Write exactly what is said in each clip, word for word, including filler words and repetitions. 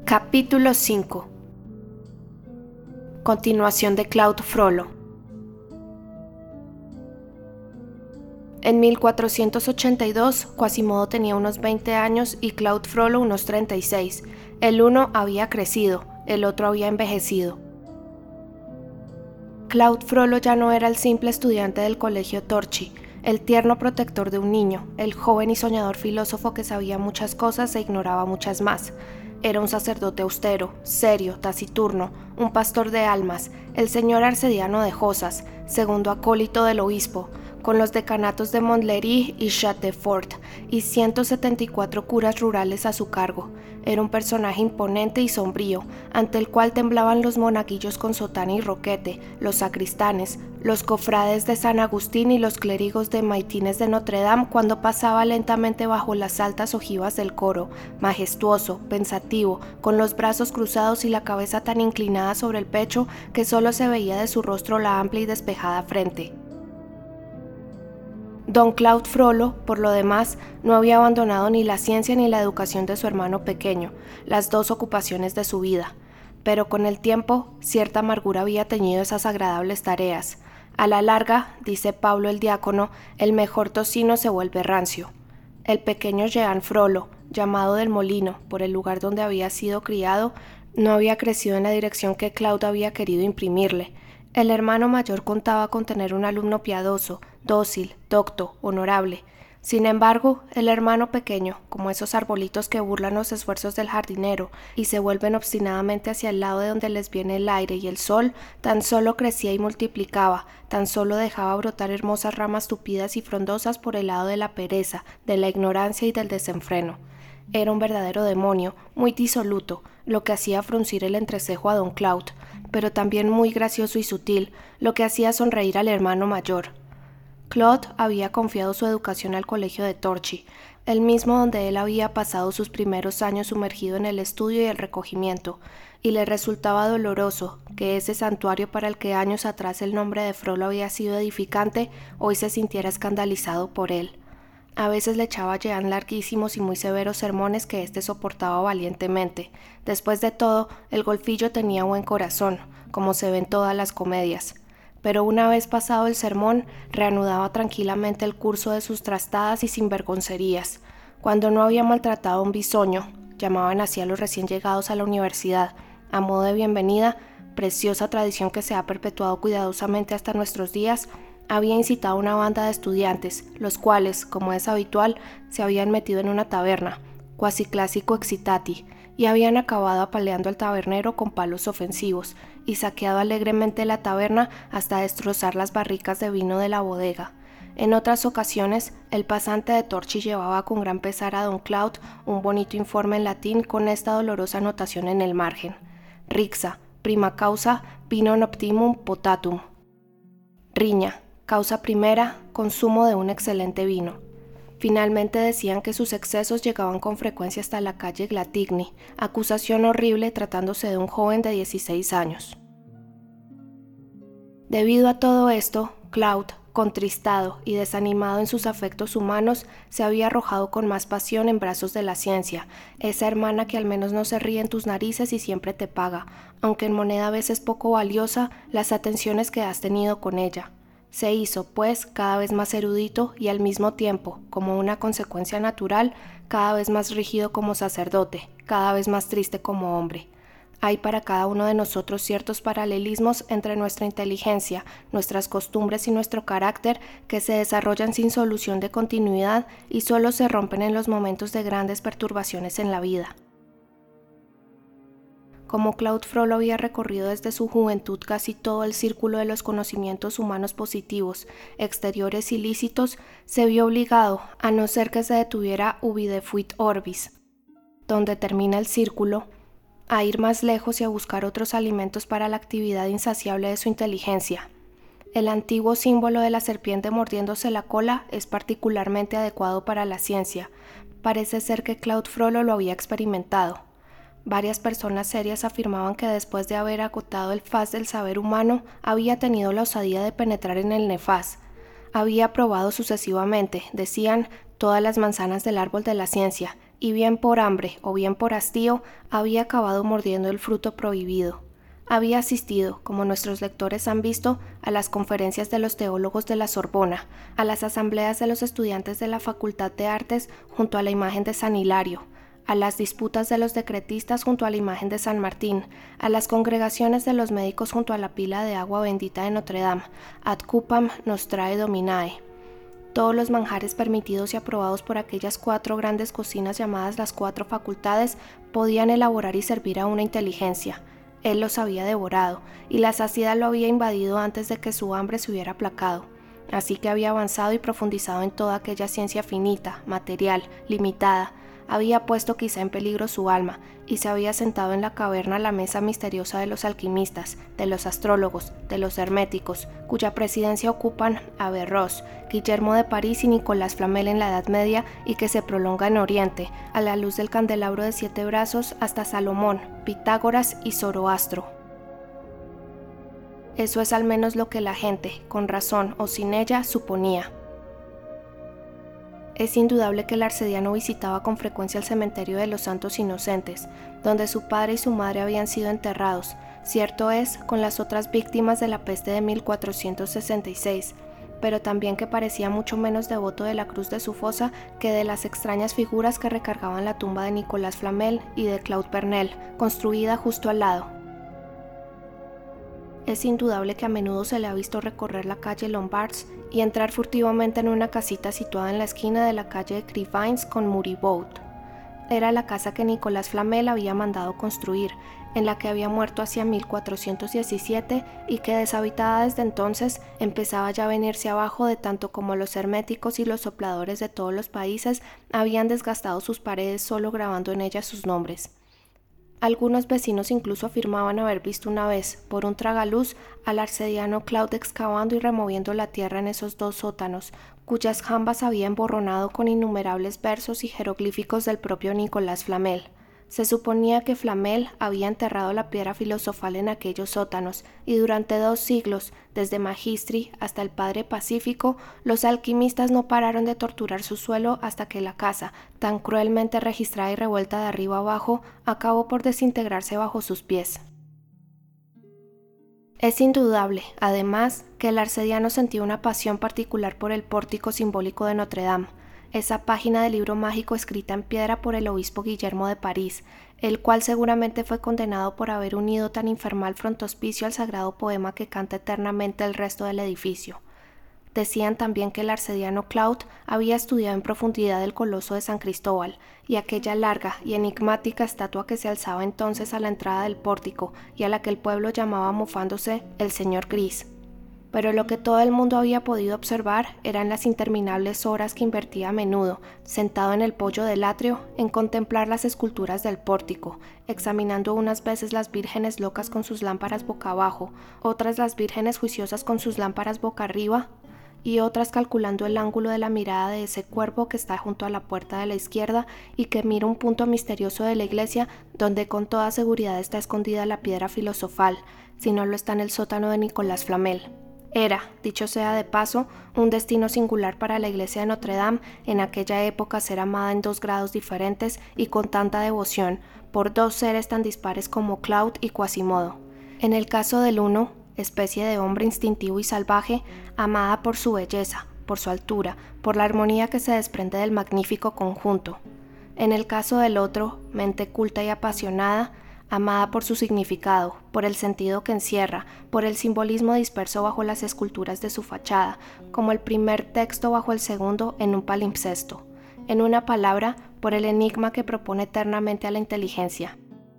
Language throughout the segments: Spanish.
Capítulo cinco. Continuación de Claude Frollo. En mil cuatrocientos ochenta y dos, Quasimodo tenía unos veinte años y Claude Frollo unos treinta y seis. El uno había crecido, el otro había envejecido. Claude Frollo ya no era el simple estudiante del colegio Torchi, el tierno protector de un niño, el joven y soñador filósofo que sabía muchas cosas e ignoraba muchas más. Era un sacerdote austero, serio, taciturno, un pastor de almas, el señor Arcediano de Josas, segundo acólito del obispo, con los decanatos de Montlhéry y Châteaufort y ciento setenta y cuatro curas rurales a su cargo. Era un personaje imponente y sombrío, ante el cual temblaban los monaguillos con sotana y roquete, los sacristanes, los cofrades de San Agustín y los clérigos de Maitines de Notre Dame cuando pasaba lentamente bajo las altas ojivas del coro, majestuoso, pensativo, con los brazos cruzados y la cabeza tan inclinada sobre el pecho que solo se veía de su rostro la amplia y despejada frente. Don Claude Frollo, por lo demás, no había abandonado ni la ciencia ni la educación de su hermano pequeño, las dos ocupaciones de su vida. Pero con el tiempo, cierta amargura había teñido esas agradables tareas. A la larga, dice Pablo el diácono, el mejor tocino se vuelve rancio. El pequeño Jean Frollo, llamado del Molino por el lugar donde había sido criado, no había crecido en la dirección que Claude había querido imprimirle. El hermano mayor contaba con tener un alumno piadoso, dócil, docto, honorable. Sin embargo, el hermano pequeño, como esos arbolitos que burlan los esfuerzos del jardinero y se vuelven obstinadamente hacia el lado de donde les viene el aire y el sol, tan solo crecía y multiplicaba, tan solo dejaba brotar hermosas ramas tupidas y frondosas por el lado de la pereza, de la ignorancia y del desenfreno. Era un verdadero demonio, muy disoluto, lo que hacía fruncir el entrecejo a don Claude, pero también muy gracioso y sutil, lo que hacía sonreír al hermano mayor. Claude había confiado su educación al colegio de Torchi, el mismo donde él había pasado sus primeros años sumergido en el estudio y el recogimiento, y le resultaba doloroso que ese santuario para el que años atrás el nombre de Frollo había sido edificante, hoy se sintiera escandalizado por él. A veces le echaba a Jean larguísimos y muy severos sermones que éste soportaba valientemente. Después de todo, el golfillo tenía buen corazón, como se ve en todas las comedias. Pero una vez pasado el sermón, reanudaba tranquilamente el curso de sus trastadas y sinvergoncerías. Cuando no había maltratado a un bisoño, llamaban así a los recién llegados a la universidad, a modo de bienvenida, preciosa tradición que se ha perpetuado cuidadosamente hasta nuestros días, había incitado a una banda de estudiantes, los cuales, como es habitual, se habían metido en una taberna, quasi clásico excitati, y habían acabado apaleando al tabernero con palos ofensivos, y saqueado alegremente la taberna hasta destrozar las barricas de vino de la bodega. En otras ocasiones, el pasante de Torchi llevaba con gran pesar a don Claude un bonito informe en latín con esta dolorosa anotación en el margen: Rixa, prima causa, vinum optimum potatum. Riña, causa primera, consumo de un excelente vino. Finalmente decían que sus excesos llegaban con frecuencia hasta la calle Glatigny, acusación horrible tratándose de un joven de dieciséis años. Debido a todo esto, Claude, contristado y desanimado en sus afectos humanos, se había arrojado con más pasión en brazos de la ciencia, esa hermana que al menos no se ríe en tus narices y siempre te paga, aunque en moneda a veces poco valiosa, las atenciones que has tenido con ella. Se hizo, pues, cada vez más erudito y al mismo tiempo, como una consecuencia natural, cada vez más rígido como sacerdote, cada vez más triste como hombre. Hay para cada uno de nosotros ciertos paralelismos entre nuestra inteligencia, nuestras costumbres y nuestro carácter que se desarrollan sin solución de continuidad y solo se rompen en los momentos de grandes perturbaciones en la vida. Como Claude Frollo había recorrido desde su juventud casi todo el círculo de los conocimientos humanos positivos, exteriores y lícitos, se vio obligado, a no ser que se detuviera ubi defuit orbis, donde termina el círculo, a ir más lejos y a buscar otros alimentos para la actividad insaciable de su inteligencia. El antiguo símbolo de la serpiente mordiéndose la cola es particularmente adecuado para la ciencia. Parece ser que Claude Frollo lo había experimentado. Varias personas serias afirmaban que después de haber agotado el faz del saber humano, había tenido la osadía de penetrar en el nefaz. Había probado sucesivamente, decían, todas las manzanas del árbol de la ciencia, y bien por hambre o bien por hastío, había acabado mordiendo el fruto prohibido. Había asistido, como nuestros lectores han visto, a las conferencias de los teólogos de la Sorbona, a las asambleas de los estudiantes de la Facultad de Artes junto a la imagen de San Hilario, a las disputas de los decretistas junto a la imagen de San Martín, a las congregaciones de los médicos junto a la pila de agua bendita de Notre Dame, ad cupam nostrae dominae. Todos los manjares permitidos y aprobados por aquellas cuatro grandes cocinas llamadas las cuatro facultades podían elaborar y servir a una inteligencia. Él los había devorado, y la saciedad lo había invadido antes de que su hambre se hubiera aplacado. Así que había avanzado y profundizado en toda aquella ciencia finita, material, limitada. Había puesto quizá en peligro su alma, y se había sentado en la caverna a la mesa misteriosa de los alquimistas, de los astrólogos, de los herméticos, cuya presidencia ocupan Averroes, Guillermo de París y Nicolás Flamel en la Edad Media y que se prolonga en Oriente, a la luz del candelabro de siete brazos hasta Salomón, Pitágoras y Zoroastro. Eso es al menos lo que la gente, con razón o sin ella, suponía. Es indudable que el arcediano visitaba con frecuencia el cementerio de los Santos Inocentes, donde su padre y su madre habían sido enterrados, cierto es, con las otras víctimas de la peste de mil cuatrocientos sesenta y seis, pero también que parecía mucho menos devoto de la cruz de su fosa que de las extrañas figuras que recargaban la tumba de Nicolás Flamel y de Claude Pernelle, construida justo al lado. Es indudable que a menudo se le ha visto recorrer la calle Lombards y entrar furtivamente en una casita situada en la esquina de la calle de Crevines con Muriboud. Era la casa que Nicolás Flamel había mandado construir, en la que había muerto hacia mil cuatrocientos diecisiete y que, deshabitada desde entonces, empezaba ya a venirse abajo de tanto como los herméticos y los sopladores de todos los países habían desgastado sus paredes solo grabando en ellas sus nombres. Algunos vecinos incluso afirmaban haber visto una vez, por un tragaluz, al arcediano Claude excavando y removiendo la tierra en esos dos sótanos, cuyas jambas había emborronado con innumerables versos y jeroglíficos del propio Nicolás Flamel. Se suponía que Flamel había enterrado la piedra filosofal en aquellos sótanos, y durante dos siglos, desde Magistri hasta el Padre Pacífico, los alquimistas no pararon de torturar su suelo hasta que la casa, tan cruelmente registrada y revuelta de arriba abajo, acabó por desintegrarse bajo sus pies. Es indudable, además, que el arcediano sentía una pasión particular por el pórtico simbólico de Notre Dame, esa página del libro mágico escrita en piedra por el obispo Guillermo de París, el cual seguramente fue condenado por haber unido tan infernal frontispicio al sagrado poema que canta eternamente el resto del edificio. Decían también que el arcediano Claude había estudiado en profundidad el coloso de San Cristóbal y aquella larga y enigmática estatua que se alzaba entonces a la entrada del pórtico y a la que el pueblo llamaba mofándose el Señor Gris. Pero lo que todo el mundo había podido observar eran las interminables horas que invertía a menudo, sentado en el poyo del atrio, en contemplar las esculturas del pórtico, examinando unas veces las vírgenes locas con sus lámparas boca abajo, otras las vírgenes juiciosas con sus lámparas boca arriba, y otras calculando el ángulo de la mirada de ese cuervo que está junto a la puerta de la izquierda y que mira un punto misterioso de la iglesia donde con toda seguridad está escondida la piedra filosofal, si no lo está en el sótano de Nicolás Flamel. Era, dicho sea de paso, un destino singular para la iglesia de Notre Dame en aquella época ser amada en dos grados diferentes y con tanta devoción por dos seres tan dispares como Claude y Quasimodo. En el caso del uno, especie de hombre instintivo y salvaje, amada por su belleza, por su altura, por la armonía que se desprende del magnífico conjunto. En el caso del otro, mente culta y apasionada, amada por su significado, por el sentido que encierra, por el simbolismo disperso bajo las esculturas de su fachada, como el primer texto bajo el segundo en un palimpsesto. En una palabra, por el enigma que propone eternamente a la inteligencia.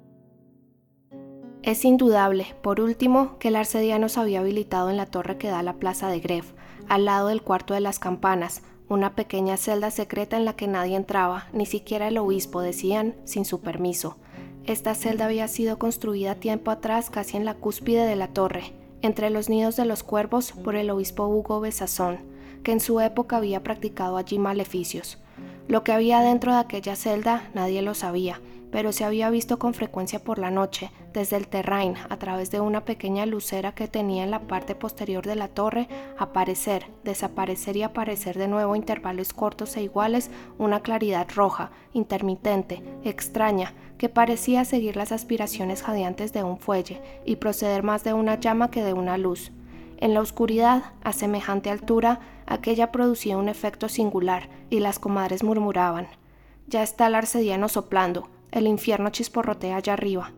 Es indudable, por último, que el arcediano se había habilitado en la torre que da a la plaza de Greve, al lado del cuarto de las campanas, una pequeña celda secreta en la que nadie entraba, ni siquiera el obispo, decían, sin su permiso. Esta celda había sido construida tiempo atrás casi en la cúspide de la torre, entre los nidos de los cuervos por el obispo Hugo Besançon, que en su época había practicado allí maleficios. Lo que había dentro de aquella celda nadie lo sabía, pero se había visto con frecuencia por la noche, desde el terrain, a través de una pequeña lucera que tenía en la parte posterior de la torre, aparecer, desaparecer y aparecer de nuevo a intervalos cortos e iguales una claridad roja, intermitente, extraña, que parecía seguir las aspiraciones jadeantes de un fuelle y proceder más de una llama que de una luz. En la oscuridad, a semejante altura, aquella producía un efecto singular, y las comadres murmuraban: «Ya está el arcediano soplando, el infierno chisporrotea allá arriba».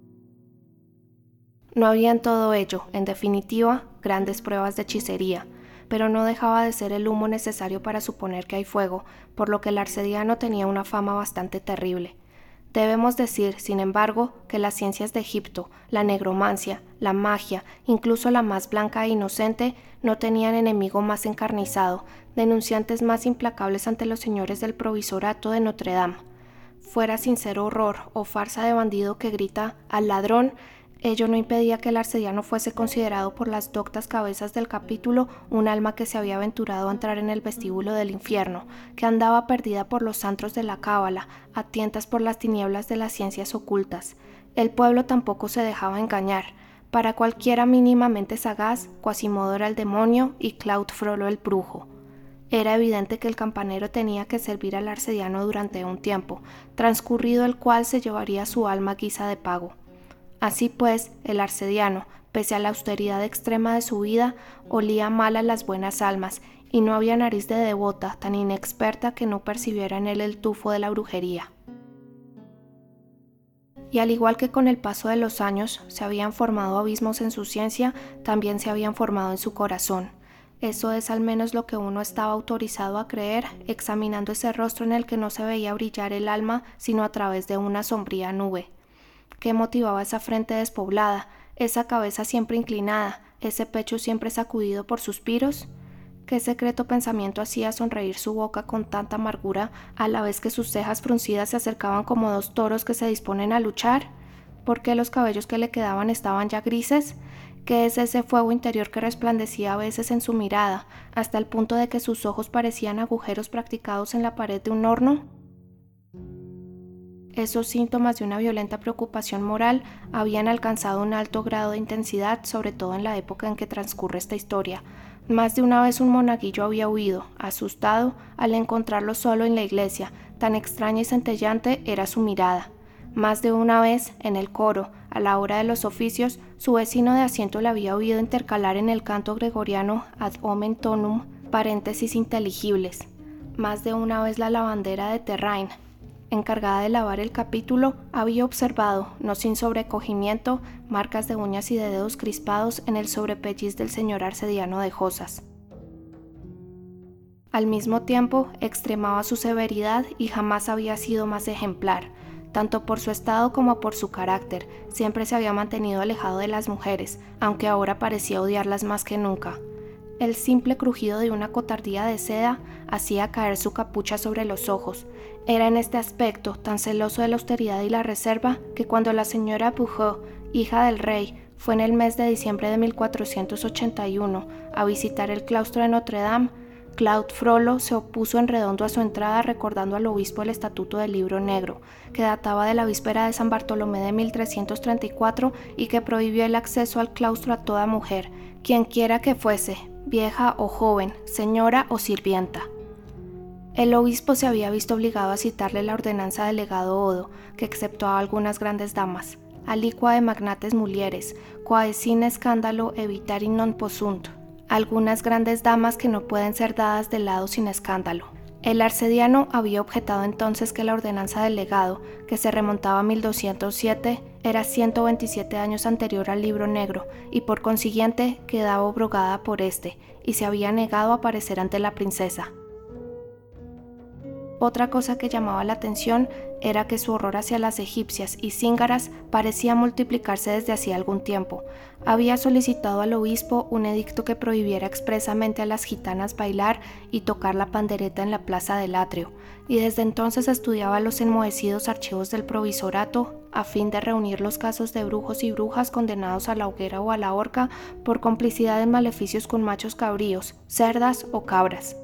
No había en todo ello, en definitiva, grandes pruebas de hechicería, pero no dejaba de ser el humo necesario para suponer que hay fuego, por lo que el arcediano tenía una fama bastante terrible. Debemos decir, sin embargo, que las ciencias de Egipto, la negromancia, la magia, incluso la más blanca e inocente, no tenían enemigo más encarnizado, denunciantes más implacables ante los señores del provisorato de Notre Dame. Fuera sincero horror o farsa de bandido que grita «al ladrón», ello no impedía que el arcediano fuese considerado por las doctas cabezas del capítulo un alma que se había aventurado a entrar en el vestíbulo del infierno, que andaba perdida por los antros de la cábala, a tientas por las tinieblas de las ciencias ocultas. El pueblo tampoco se dejaba engañar. Para cualquiera mínimamente sagaz, Quasimodo era el demonio y Claude Frollo el brujo. Era evidente que el campanero tenía que servir al arcediano durante un tiempo, transcurrido el cual se llevaría su alma a guisa de pago. Así pues, el arcediano, pese a la austeridad extrema de su vida, olía mal a las buenas almas, y no había nariz de devota tan inexperta que no percibiera en él el tufo de la brujería. Y al igual que con el paso de los años se habían formado abismos en su ciencia, también se habían formado en su corazón. Eso es al menos lo que uno estaba autorizado a creer, examinando ese rostro en el que no se veía brillar el alma sino a través de una sombría nube. ¿Qué motivaba esa frente despoblada, esa cabeza siempre inclinada, ese pecho siempre sacudido por suspiros? ¿Qué secreto pensamiento hacía sonreír su boca con tanta amargura a la vez que sus cejas fruncidas se acercaban como dos toros que se disponen a luchar? ¿Por qué los cabellos que le quedaban estaban ya grises? ¿Qué es ese fuego interior que resplandecía a veces en su mirada, hasta el punto de que sus ojos parecían agujeros practicados en la pared de un horno? Esos síntomas de una violenta preocupación moral habían alcanzado un alto grado de intensidad, sobre todo en la época en que transcurre esta historia. Más de una vez un monaguillo había huido, asustado, al encontrarlo solo en la iglesia, tan extraña y centellante era su mirada. Más de una vez, en el coro, a la hora de los oficios, su vecino de asiento le había oído intercalar en el canto gregoriano ad omen tonum paréntesis inteligibles. Más de una vez la lavandera de Terrain, encargada de lavar el capítulo, había observado, no sin sobrecogimiento, marcas de uñas y de dedos crispados en el sobrepelliz del señor arcediano de Josas. Al mismo tiempo, extremaba su severidad y jamás había sido más ejemplar. Tanto por su estado como por su carácter, siempre se había mantenido alejado de las mujeres, aunque ahora parecía odiarlas más que nunca. El simple crujido de una cotardía de seda hacía caer su capucha sobre los ojos. Era en este aspecto tan celoso de la austeridad y la reserva que cuando la señora Bugeaud, hija del rey, fue en el mes de diciembre de mil cuatrocientos ochenta y uno a visitar el claustro de Notre Dame, Claude Frollo se opuso en redondo a su entrada, recordando al obispo el estatuto del Libro Negro, que databa de la víspera de San Bartolomé de mil trescientos treinta y cuatro y que prohibió el acceso al claustro a toda mujer, quienquiera que fuese, vieja o joven, señora o sirvienta. El obispo se había visto obligado a citarle la ordenanza del legado Odo, que exceptuaba a algunas grandes damas, aliqua de magnates mulieres, quae sin escándalo evitari non possunt, algunas grandes damas que no pueden ser dadas de lado sin escándalo. El arcediano había objetado entonces que la ordenanza del legado, que se remontaba a mil doscientos siete, era ciento veintisiete años anterior al Libro Negro y por consiguiente quedaba abrogada por este, y se había negado a aparecer ante la princesa. Otra cosa que llamaba la atención era que su horror hacia las egipcias y zíngaras parecía multiplicarse desde hacía algún tiempo. Había solicitado al obispo un edicto que prohibiera expresamente a las gitanas bailar y tocar la pandereta en la plaza del atrio, y desde entonces estudiaba los enmohecidos archivos del provisorato a fin de reunir los casos de brujos y brujas condenados a la hoguera o a la horca por complicidad en maleficios con machos cabríos, cerdas o cabras.